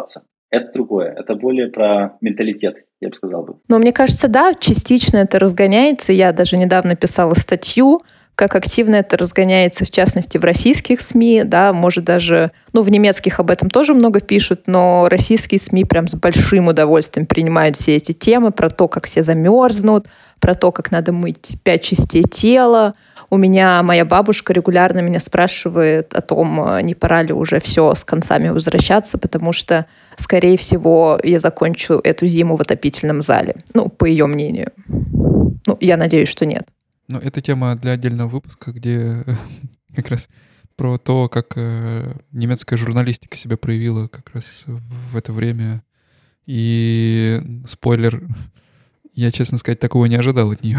это другое. Это более про менталитет, я бы сказал бы. Но мне кажется, да, частично это разгоняется. Я даже недавно писала статью, как активно это разгоняется, в частности, в российских СМИ, да, может даже, ну, в немецких об этом тоже много пишут, но российские СМИ прям с большим удовольствием принимают все эти темы про то, как все замерзнут, про то, как надо мыть пять частей тела. У меня моя бабушка регулярно меня спрашивает о том, не пора ли уже все с концами возвращаться, потому что, скорее всего, я закончу эту зиму в отопительном зале. Ну, по ее мнению. Ну, я надеюсь, что нет. Ну, это тема для отдельного выпуска, где как раз про то, как э, немецкая журналистика себя проявила как раз в это время. И спойлер, я, честно сказать, такого не ожидал от нее.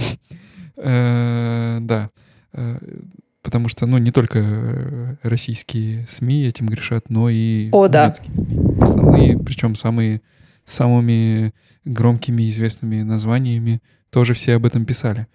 Да, потому что, ну, не только российские СМИ этим грешат, но и немецкие СМИ. Основные, причем самые самыми громкими известными названиями тоже все об этом писали.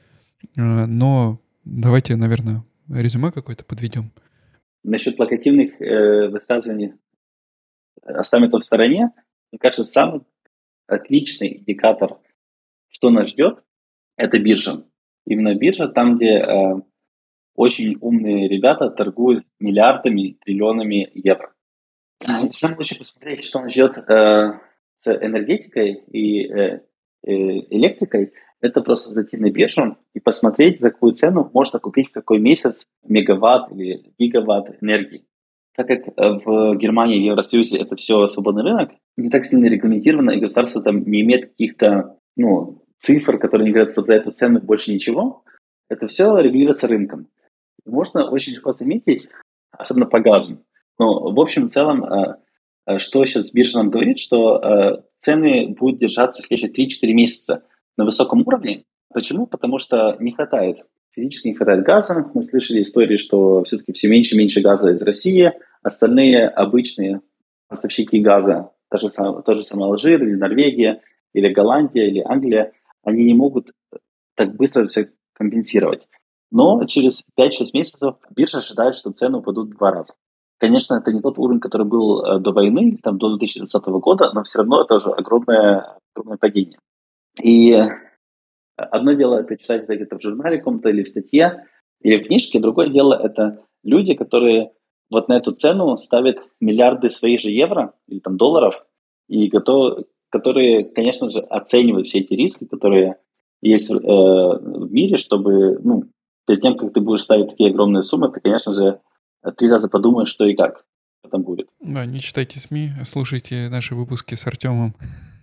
Но давайте, наверное, резюме какое-то подведем. Насчет плакативных э, высказываний оставим это в стороне. Мне кажется, самый отличный индикатор, что нас ждет, это биржа. Именно биржа, там, где э, очень умные ребята торгуют миллиардами, триллионами евро. Самое лучшее посмотреть, что нас ждет э, с энергетикой и э, э, электрикой, это просто зайти на биржу и посмотреть, за какую цену можно купить в какой месяц мегаватт или гигаватт энергии. Так как в Германии и Евросоюзе это все свободный рынок, не так сильно регламентировано, и государство там не имеет каких-то ну, цифр, которые не говорят, вот за эту цену больше ничего. Это все регулируется рынком. Можно очень легко заметить, особенно по газу. Но в общем и целом, что сейчас биржа нам говорит, что цены будут держаться в следующие три-четыре месяца на высоком уровне. Почему? Потому что не хватает, физически не хватает газа. Мы слышали истории, что все-таки все меньше и меньше газа из России. Остальные обычные поставщики газа, то же самое, то же самое Алжир или Норвегия, или Голландия, или Англия, они не могут так быстро все компенсировать. Но через пять-шесть месяцев биржа ожидает, что цены упадут в два раза. Конечно, это не тот уровень, который был до войны, там, до две тысячи двадцатого года, но все равно это уже огромное, огромное падение. И одно дело это читать это где-то в журнале каком-то или в статье, или в книжке, другое дело это люди, которые вот на эту цену ставят миллиарды своих же евро или там долларов, и готов, которые, конечно же, оценивают все эти риски, которые есть э, в мире, чтобы, ну, перед тем, как ты будешь ставить такие огромные суммы, ты, конечно же, три раза подумаешь, что и как там будет. Да, не читайте СМИ, слушайте наши выпуски с Артемом.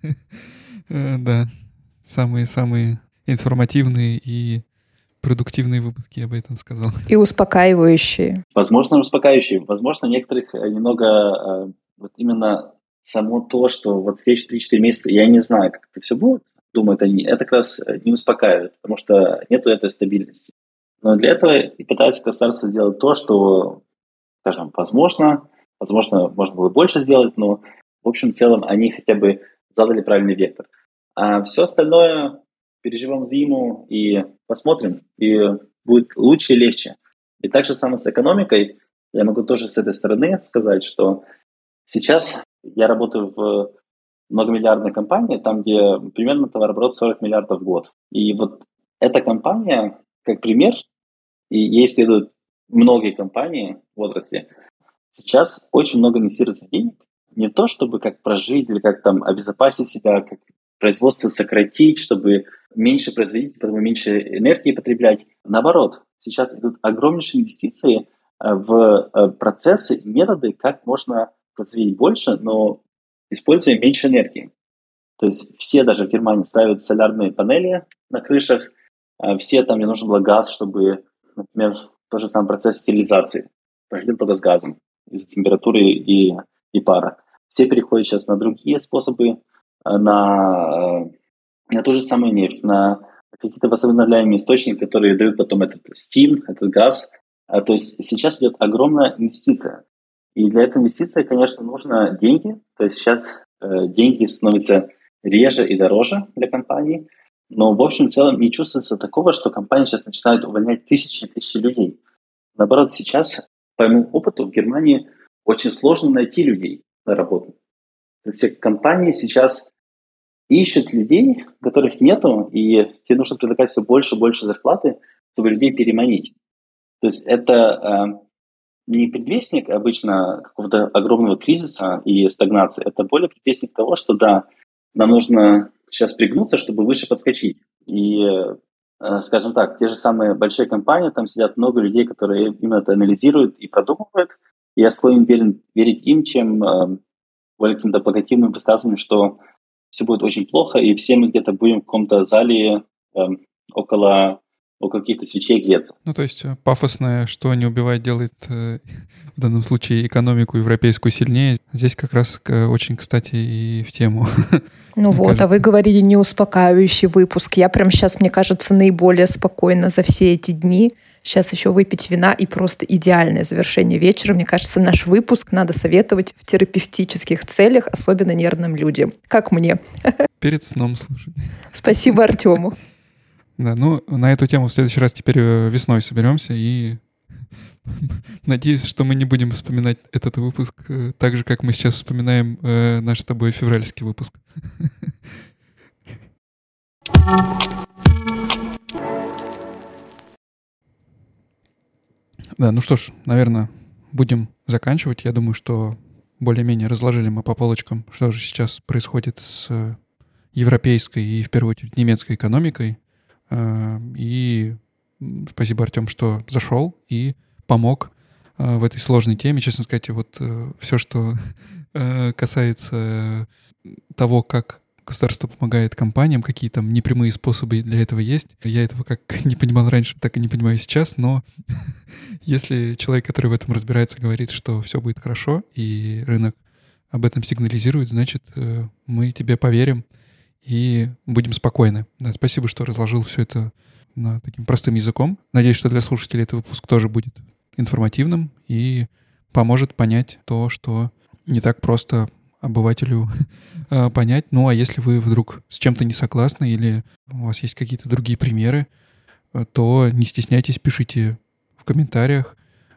Да, самые-самые информативные и продуктивные выпуски, я бы это сказал. И успокаивающие. Возможно, успокаивающие. Возможно, некоторых немного вот именно само то, что вот следующие три-четыре месяца, я не знаю, как это все будет, думают они, это как раз не успокаивает, потому что нету этой стабильности. Но для этого и пытается государство сделать то, что, скажем, возможно, возможно, можно было больше сделать, но в общем, в целом они хотя бы задали правильный вектор. А все остальное переживем зиму и посмотрим, и будет лучше и легче. И так же самое с экономикой. Я могу тоже с этой стороны сказать, что сейчас я работаю в многомиллиардной компании, там, где примерно товарооборот сорок миллиардов в год. И вот эта компания, как пример, и ей следуют многие компании в отрасли, сейчас очень много инвестируется денег. Не то, чтобы как прожить или как там обезопасить себя, как производство сократить, чтобы меньше производить, потому меньше энергии потреблять. Наоборот, сейчас идут огромнейшие инвестиции в процессы и методы, как можно производить больше, но используя меньше энергии. То есть все даже в Германии ставят солярные панели на крышах, все там не нужен был газ, чтобы, например, тот же самый процесс стерилизации проходил только с газом из-за температуры и, и пара. Все переходят сейчас на другие способы, на, на ту же самую нефть, на какие-то возобновляемые источники, которые дают потом этот стим, этот газ. То есть сейчас идет огромная инвестиция. И для этой инвестиции, конечно, нужно деньги. То есть сейчас э, деньги становятся реже и дороже для компаний. Но в общем и целом не чувствуется такого, что компании сейчас начинают увольнять тысячи и тысячи людей. Наоборот, сейчас, по моему опыту, в Германии очень сложно найти людей на работу. все компании сейчас ищут людей, которых нету, и тебе нужно предлагать все больше и больше зарплаты, чтобы людей переманить. То есть это э, не предвестник обычно какого-то огромного кризиса и стагнации, это более предвестник того, что да, нам нужно сейчас пригнуться, чтобы выше подскочить. И, э, скажем так, те же самые большие компании, там сидят много людей, которые именно это анализируют и продумывают. И я склонен верить, верить им, чем э, более каким-то благотивным высказываниям, что все будет очень плохо, и все мы где-то будем в каком-то зале э, около, около каких-то свечей греться. Ну, то есть пафосное, что не убивает, делает э, в данном случае экономику европейскую сильнее. Здесь как раз э, очень, кстати, и в тему. Ну вот, кажется. А вы говорили не успокаивающий выпуск. Я прям сейчас, мне кажется, наиболее спокойно за все эти дни. Сейчас еще выпить вина и просто идеальное завершение вечера. Мне кажется, наш выпуск надо советовать в терапевтических целях, особенно нервным людям, как мне. Перед сном слушать. Спасибо Артему. Да, ну, на эту тему в следующий раз теперь весной соберемся, и надеюсь, что мы не будем вспоминать этот выпуск так же, как мы сейчас вспоминаем э, наш с тобой февральский выпуск. Да, ну что ж, наверное, будем заканчивать. Я думаю, что более-менее разложили мы по полочкам, что же сейчас происходит с европейской и, в первую очередь, немецкой экономикой. И спасибо, Артем, что зашел и помог в этой сложной теме. Честно сказать, вот все, что касается того, как государство помогает компаниям, какие там непрямые способы для этого есть. Я этого как не понимал раньше, так и не понимаю сейчас, но если человек, который в этом разбирается, говорит, что все будет хорошо, и рынок об этом сигнализирует, значит, мы тебе поверим и будем спокойны. Да, спасибо, что разложил все это на таким простым языком. Надеюсь, что для слушателей этот выпуск тоже будет информативным и поможет понять то, что не так просто обывателю понять. Ну, а если вы вдруг с чем-то не согласны или у вас есть какие-то другие примеры, то не стесняйтесь, пишите в комментариях,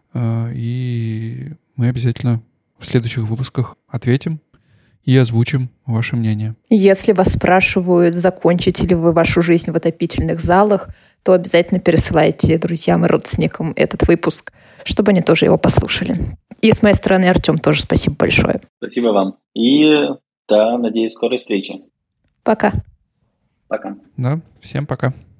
и мы обязательно в следующих выпусках ответим и озвучим ваше мнение. Если вас спрашивают, закончите ли вы вашу жизнь в отопительных залах, то обязательно пересылайте друзьям и родственникам этот выпуск, чтобы они тоже его послушали. И с моей стороны, Артем, тоже спасибо большое. Спасибо вам. И да, надеюсь, скорой встречи. Пока. Пока. Да, всем пока.